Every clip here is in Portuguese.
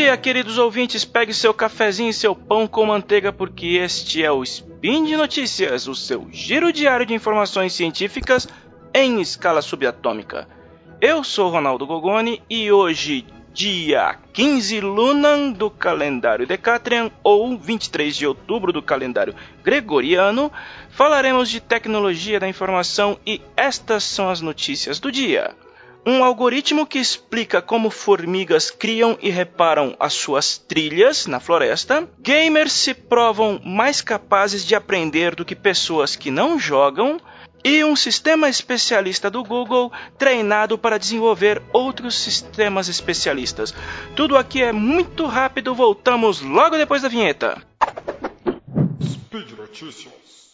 dia, queridos ouvintes, pegue seu cafezinho e seu pão com manteiga, porque este é o Spin de Notícias, o seu giro diário de informações científicas em escala subatômica. Eu sou Ronaldo Gogoni e hoje, dia 15 Lunan do calendário Decatrian, ou 23 de outubro do calendário Gregoriano, falaremos de tecnologia da informação e estas são as notícias do dia. Um algoritmo que explica como formigas criam e reparam as suas trilhas na floresta. Gamers se provam mais capazes de aprender do que pessoas que não jogam. E um sistema especialista do Google treinado para desenvolver outros sistemas especialistas. Tudo aqui é muito rápido, voltamos logo depois da vinheta. Speed Notícias.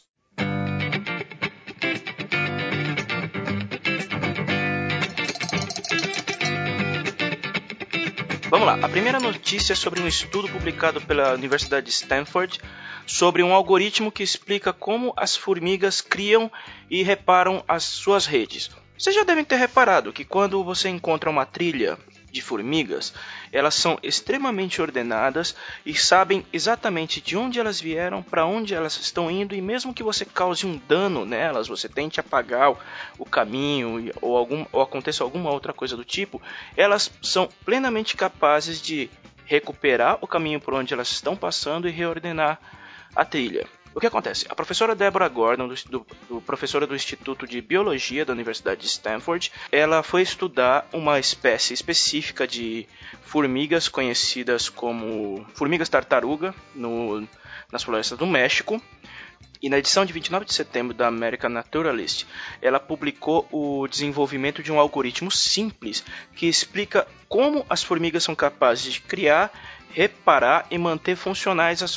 Vamos lá, a primeira notícia é sobre um estudo publicado pela Universidade de Stanford sobre um algoritmo que explica como as formigas criam e reparam as suas redes. Vocês já devem ter reparado que quando você encontra uma trilha de formigas, elas são extremamente ordenadas e sabem exatamente de onde elas vieram, para onde elas estão indo, e mesmo que você cause um dano nelas, você tente apagar o caminho ou aconteça alguma outra coisa do tipo, elas são plenamente capazes de recuperar o caminho por onde elas estão passando e reordenar a trilha. O que acontece? A professora Deborah Gordon, professora do Instituto de Biologia da Universidade de Stanford, ela foi estudar uma espécie específica de formigas conhecidas como formigas tartaruga nas florestas do México. E na edição de 29 de setembro da American Naturalist, ela publicou o desenvolvimento de um algoritmo simples que explica como as formigas são capazes de criar, reparar e manter funcionais a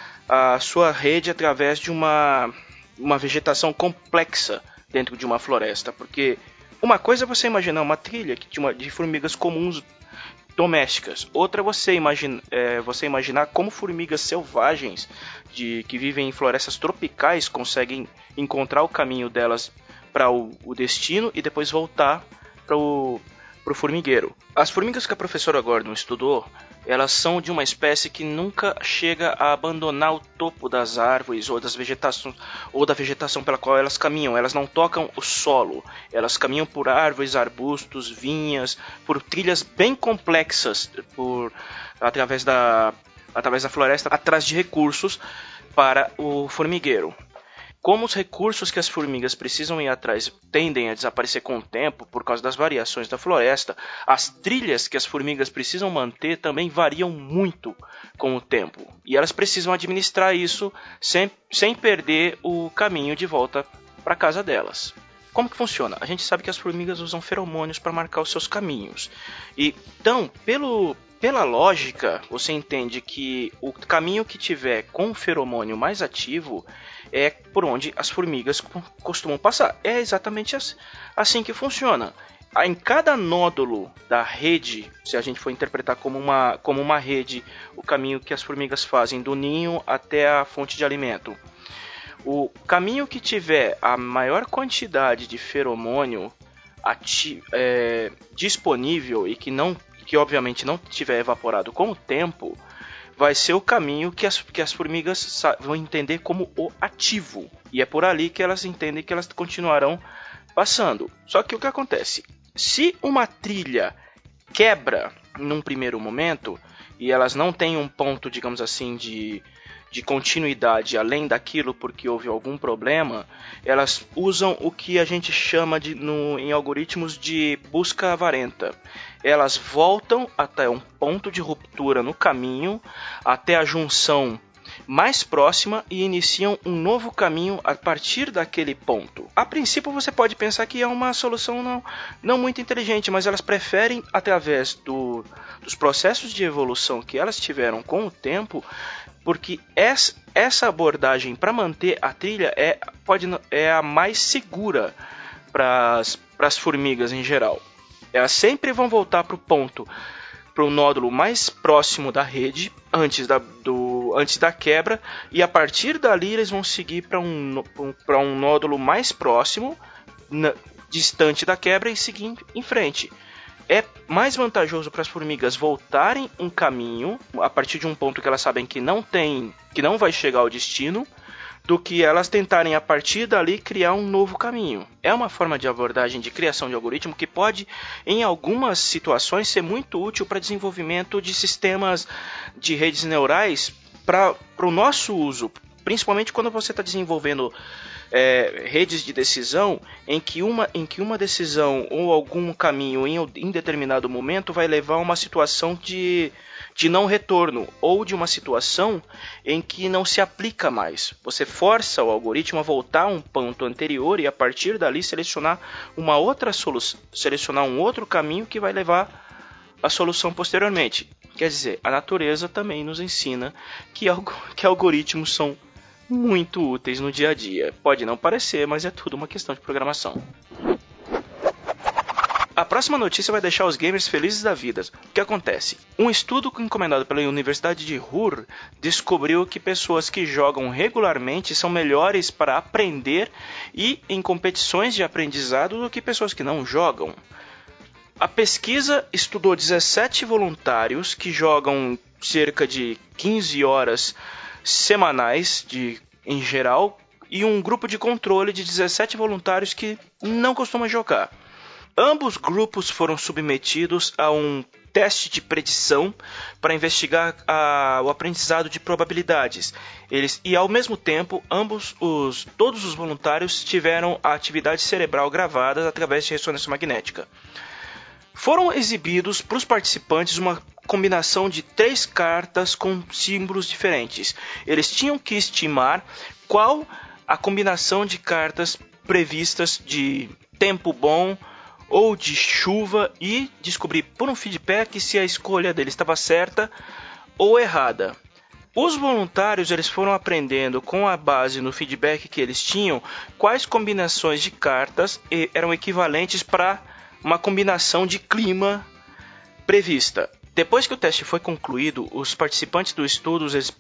sua rede através de uma vegetação complexa dentro de uma floresta. Porque uma coisa é você imaginar uma trilha de formigas comuns domésticas. Outra é você imaginar como formigas selvagens que vivem em florestas tropicais conseguem encontrar o caminho delas para o destino e depois voltar para o formigueiro. As formigas que a professora Gordon estudou, elas são de uma espécie que nunca chega a abandonar o topo das árvores ou da vegetação pela qual elas caminham. Elas não tocam o solo. Elas caminham por árvores, arbustos, vinhas, por trilhas bem complexas, através da floresta, atrás de recursos para o formigueiro. Como os recursos que as formigas precisam ir atrás tendem a desaparecer com o tempo por causa das variações da floresta, as trilhas que as formigas precisam manter também variam muito com o tempo. E elas precisam administrar isso sem perder o caminho de volta para a casa delas. Como que funciona? A gente sabe que as formigas usam feromônios para marcar os seus caminhos. Então, pela lógica, você entende que o caminho que tiver com o feromônio mais ativo é por onde as formigas costumam passar. É exatamente assim que funciona. Em cada nódulo da rede, se a gente for interpretar como uma rede, o caminho que as formigas fazem do ninho até a fonte de alimento, o caminho que tiver a maior quantidade de feromônio disponível e que obviamente não tiver evaporado com o tempo, vai ser o caminho que as formigas vão entender como o ativo. E é por ali que elas entendem que elas continuarão passando. Só que o que acontece? Se uma trilha quebra num primeiro momento, e elas não têm um ponto, digamos assim, de continuidade além daquilo porque houve algum problema, elas usam o que a gente chama em algoritmos de busca avarenta. Elas voltam até um ponto de ruptura no caminho, até a junção mais próxima e iniciam um novo caminho a partir daquele ponto. A princípio você pode pensar que é uma solução não muito inteligente, mas elas preferem, através dos processos de evolução que elas tiveram com o tempo, porque essa abordagem para manter a trilha é a mais segura para as formigas em geral. Elas sempre vão voltar para o nódulo mais próximo da rede antes da quebra, e a partir dali eles vão seguir para um nódulo mais próximo, distante da quebra, e seguir em frente. é mais vantajoso para as formigas voltarem um caminho a partir de um ponto que elas sabem que não vai chegar ao destino, do que elas tentarem a partir dali criar um novo caminho. É uma forma de abordagem de criação de algoritmo que pode, em algumas situações, ser muito útil para desenvolvimento de sistemas de redes neurais para o nosso uso, principalmente quando você está desenvolvendo redes de decisão em que uma decisão ou algum caminho em determinado momento vai levar a uma situação de não retorno, ou de uma situação em que não se aplica mais. Você força o algoritmo a voltar a um ponto anterior e a partir dali selecionar uma outra solução, selecionar um outro caminho que vai levar à solução posteriormente. Quer dizer, a natureza também nos ensina que algoritmos são muito úteis no dia a dia. Pode não parecer, mas é tudo uma questão de programação. A próxima notícia vai deixar os gamers felizes da vida. O que acontece? Um estudo encomendado pela Universidade de Ruhr descobriu que pessoas que jogam regularmente são melhores para aprender e em competições de aprendizado do que pessoas que não jogam. A pesquisa estudou 17 voluntários que jogam cerca de 15 horas semanais em geral e um grupo de controle de 17 voluntários que não costumam jogar. Ambos grupos foram submetidos a um teste de predição para investigar o aprendizado de probabilidades. E ao mesmo tempo, todos os voluntários tiveram a atividade cerebral gravada através de ressonância magnética. Foram exibidos para os participantes uma combinação de 3 cartas com símbolos diferentes. Eles tinham que estimar qual a combinação de cartas previstas de tempo bom ou de chuva e descobrir por um feedback se a escolha deles estava certa ou errada. Os voluntários eles foram aprendendo com a base no feedback que eles tinham quais combinações de cartas eram equivalentes para uma combinação de clima prevista. Depois que o teste foi concluído, os participantes do estudo eles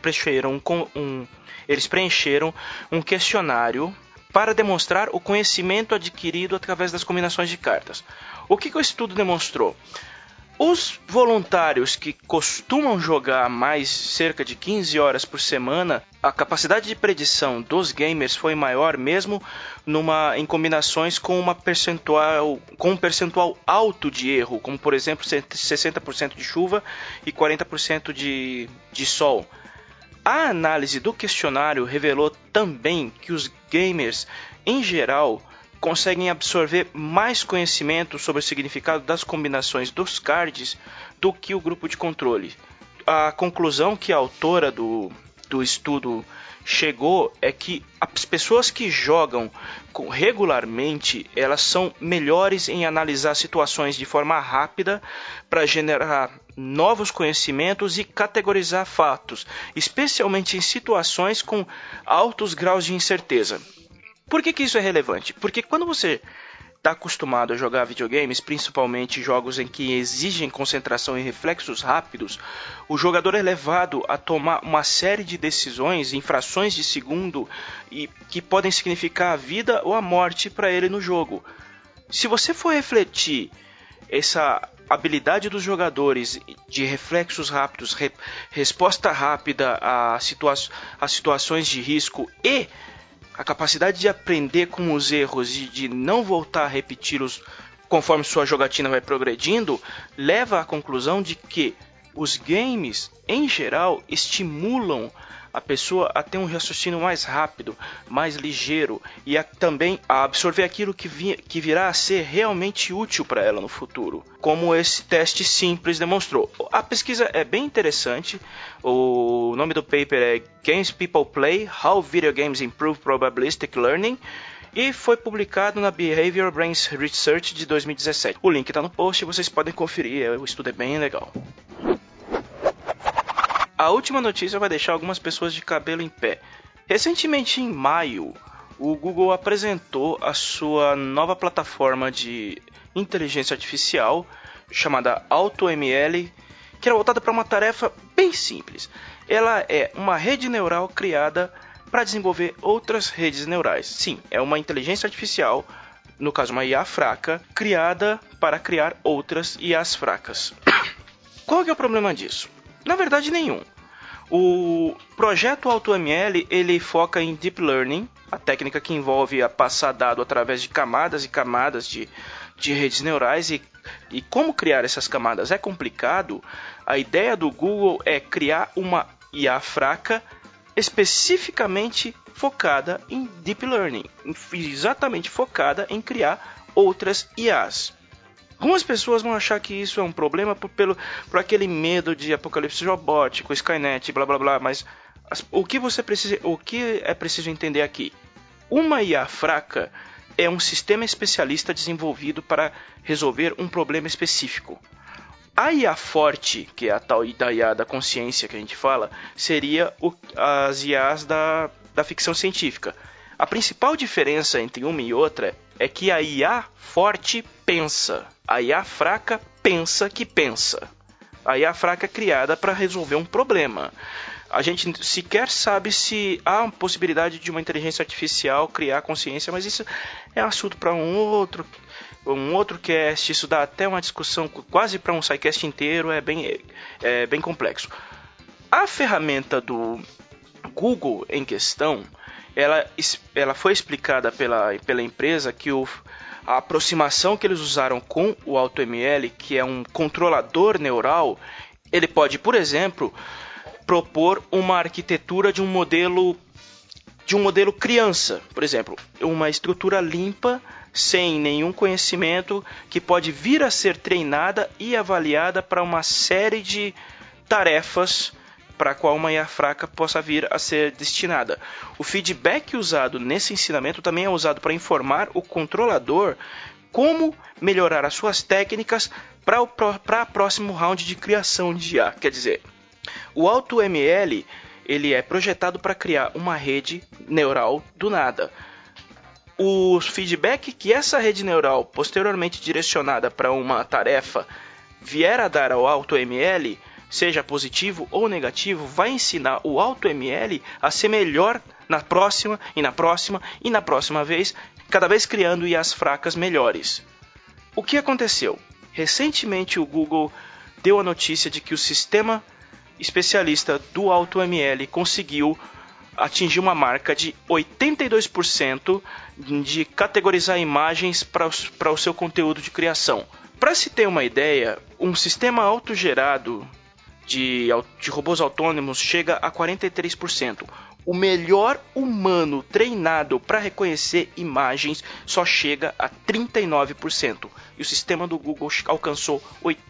preencheram um questionário para demonstrar o conhecimento adquirido através das combinações de cartas. O que o estudo demonstrou? Os voluntários que costumam jogar mais cerca de 15 horas por semana, a capacidade de predição dos gamers foi maior mesmo em combinações com um percentual alto de erro, como por exemplo 60% de chuva e 40% de sol. A análise do questionário revelou também que os gamers, em geral, conseguem absorver mais conhecimento sobre o significado das combinações dos cards do que o grupo de controle. A conclusão que a autora do estudo chegou é que as pessoas que jogam regularmente, elas são melhores em analisar situações de forma rápida para generar novos conhecimentos e categorizar fatos, especialmente em situações com altos graus de incerteza. Por que isso é relevante? Porque quando você está acostumado a jogar videogames, principalmente jogos em que exigem concentração e reflexos rápidos, o jogador é levado a tomar uma série de decisões em frações de segundo e que podem significar a vida ou a morte para ele no jogo. Se você for refletir essa habilidade dos jogadores de reflexos rápidos, resposta rápida a situações de risco e a capacidade de aprender com os erros e de não voltar a repeti-los conforme sua jogatina vai progredindo, leva à conclusão de que os games, em geral, estimulam a pessoa a ter um raciocínio mais rápido, mais ligeiro e também a absorver aquilo que virá a ser realmente útil para ela no futuro, como esse teste simples demonstrou. A pesquisa é bem interessante, o nome do paper é Games People Play, How Video Games Improve Probabilistic Learning, e foi publicado na Behavioral Brains Research de 2017. O link está no post e vocês podem conferir, o estudo é bem legal. A última notícia vai deixar algumas pessoas de cabelo em pé. Recentemente, em maio, o Google apresentou a sua nova plataforma de inteligência artificial, chamada AutoML, que era voltada para uma tarefa bem simples. Ela é uma rede neural criada para desenvolver outras redes neurais. Sim, é uma inteligência artificial no caso uma IA fraca, criada para criar outras IAs fracas. Qual que é o problema disso? Na verdade, nenhum. O projeto AutoML, ele foca em Deep Learning, a técnica que envolve a passar dado através de camadas e camadas de redes neurais, e como criar essas camadas é complicado. A ideia do Google é criar uma IA fraca especificamente focada em Deep Learning, exatamente focada em criar outras IAs. Algumas pessoas vão achar que isso é um problema por aquele medo de apocalipse robótico, Skynet, blá blá blá, mas o que é preciso entender aqui? Uma IA fraca é um sistema especialista desenvolvido para resolver um problema específico. A IA forte, que é a tal da IA da consciência que a gente fala, seria as IAs da ficção científica. A principal diferença entre uma e outra é que a IA forte pensa. A IA fraca pensa que pensa. A IA fraca é criada para resolver um problema. A gente sequer sabe se há uma possibilidade de uma inteligência artificial criar consciência, mas isso é assunto para um outro cast. Isso dá até uma discussão quase para um SciCast inteiro, é bem complexo. A ferramenta do Google em questão, ela foi explicada pela empresa que a aproximação que eles usaram com o AutoML, que é um controlador neural, ele pode, por exemplo, propor uma arquitetura de um modelo criança, por exemplo, uma estrutura limpa, sem nenhum conhecimento, que pode vir a ser treinada e avaliada para uma série de tarefas para a qual uma IA fraca possa vir a ser destinada. O feedback usado nesse ensinamento também é usado para informar o controlador como melhorar as suas técnicas para o próximo round de criação de IA. Quer dizer, o AutoML ele é projetado para criar uma rede neural do nada. O feedback que essa rede neural, posteriormente direcionada para uma tarefa, vier a dar ao AutoML, seja positivo ou negativo, vai ensinar o AutoML a ser melhor na próxima e na próxima e na próxima vez, cada vez criando IAs fracas melhores. O que aconteceu? Recentemente o Google deu a notícia de que o sistema especialista do AutoML conseguiu atingir uma marca de 82% de categorizar imagens para o seu conteúdo de criação. Para se ter uma ideia, um sistema autogerado de robôs autônomos chega a 43%. O melhor humano treinado para reconhecer imagens só chega a 39%. E o sistema do Google alcançou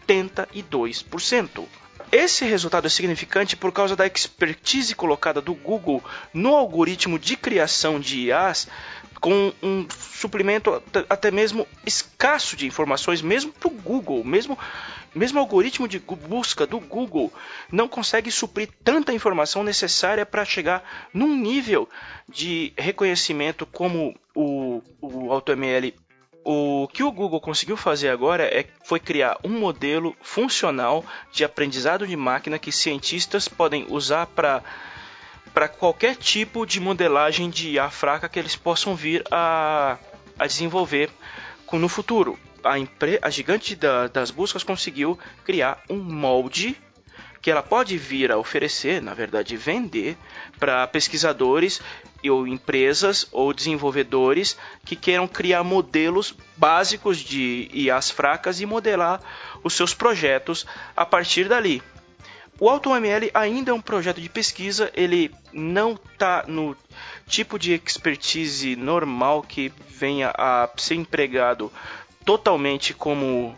82%. Esse resultado é significante por causa da expertise colocada do Google no algoritmo de criação de IAs, com um suplemento até mesmo escasso de informações, mesmo para o Google, mesmo o algoritmo de busca do Google não consegue suprir tanta informação necessária para chegar num nível de reconhecimento como o AutoML. O que o Google conseguiu fazer agora foi criar um modelo funcional de aprendizado de máquina que cientistas podem usar para qualquer tipo de modelagem de IA fraca que eles possam vir a desenvolver no futuro. A gigante das buscas conseguiu criar um molde que ela pode vir a oferecer, na verdade vender, para pesquisadores ou empresas ou desenvolvedores que queiram criar modelos básicos de IAs fracas e modelar os seus projetos a partir dali. O AutoML ainda é um projeto de pesquisa, ele não está no tipo de expertise normal que venha a ser empregado totalmente como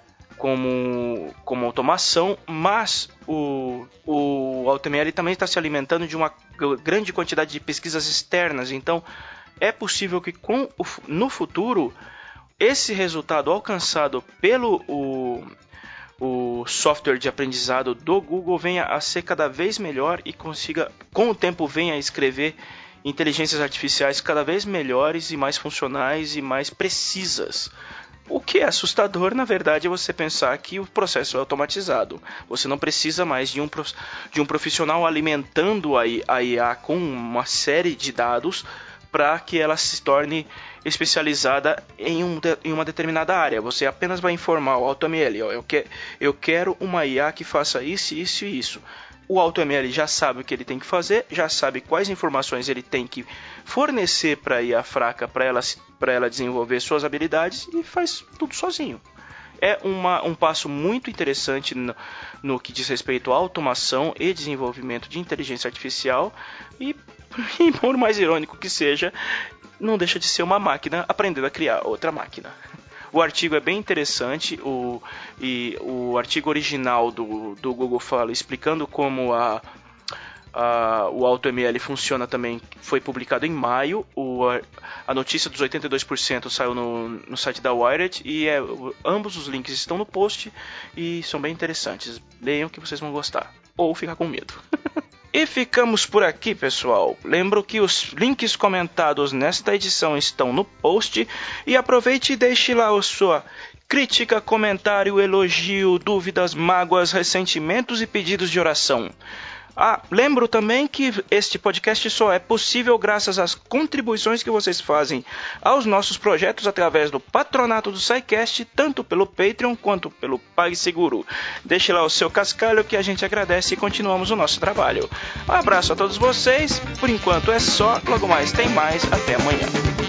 automação, mas o AutoML também está se alimentando de uma grande quantidade de pesquisas externas, então é possível que no futuro esse resultado alcançado pelo o software de aprendizado do Google venha a ser cada vez melhor e consiga, com o tempo, venha a escrever inteligências artificiais cada vez melhores e mais funcionais e mais precisas. O que é assustador, na verdade, é você pensar que o processo é automatizado. Você não precisa mais de um profissional alimentando a IA com uma série de dados para que ela se torne especializada em uma determinada área. Você apenas vai informar o AutoML, eu quero uma IA que faça isso, isso e isso. O AutoML já sabe o que ele tem que fazer, já sabe quais informações ele tem que fornecer para a IA fraca para ela desenvolver suas habilidades e faz tudo sozinho. É um passo muito interessante no que diz respeito à automação e desenvolvimento de inteligência artificial e por mais irônico que seja, não deixa de ser uma máquina aprendendo a criar outra máquina. O artigo é bem interessante, o artigo original do Google fala explicando como o AutoML funciona também, foi publicado em maio. A notícia dos 82% saiu no site da Wired e ambos os links estão no post e são bem interessantes. Leiam que vocês vão gostar, ou ficar com medo. E ficamos por aqui, pessoal. Lembro que os links comentados nesta edição estão no post e aproveite e deixe lá a sua crítica, comentário, elogio, dúvidas, mágoas, ressentimentos e pedidos de oração. Lembro também que este podcast só é possível graças às contribuições que vocês fazem aos nossos projetos através do patronato do SciCast, tanto pelo Patreon quanto pelo PagSeguro. Deixe lá o seu cascalho que a gente agradece e continuamos o nosso trabalho. Um abraço a todos vocês, por enquanto é só, logo mais tem mais, até amanhã.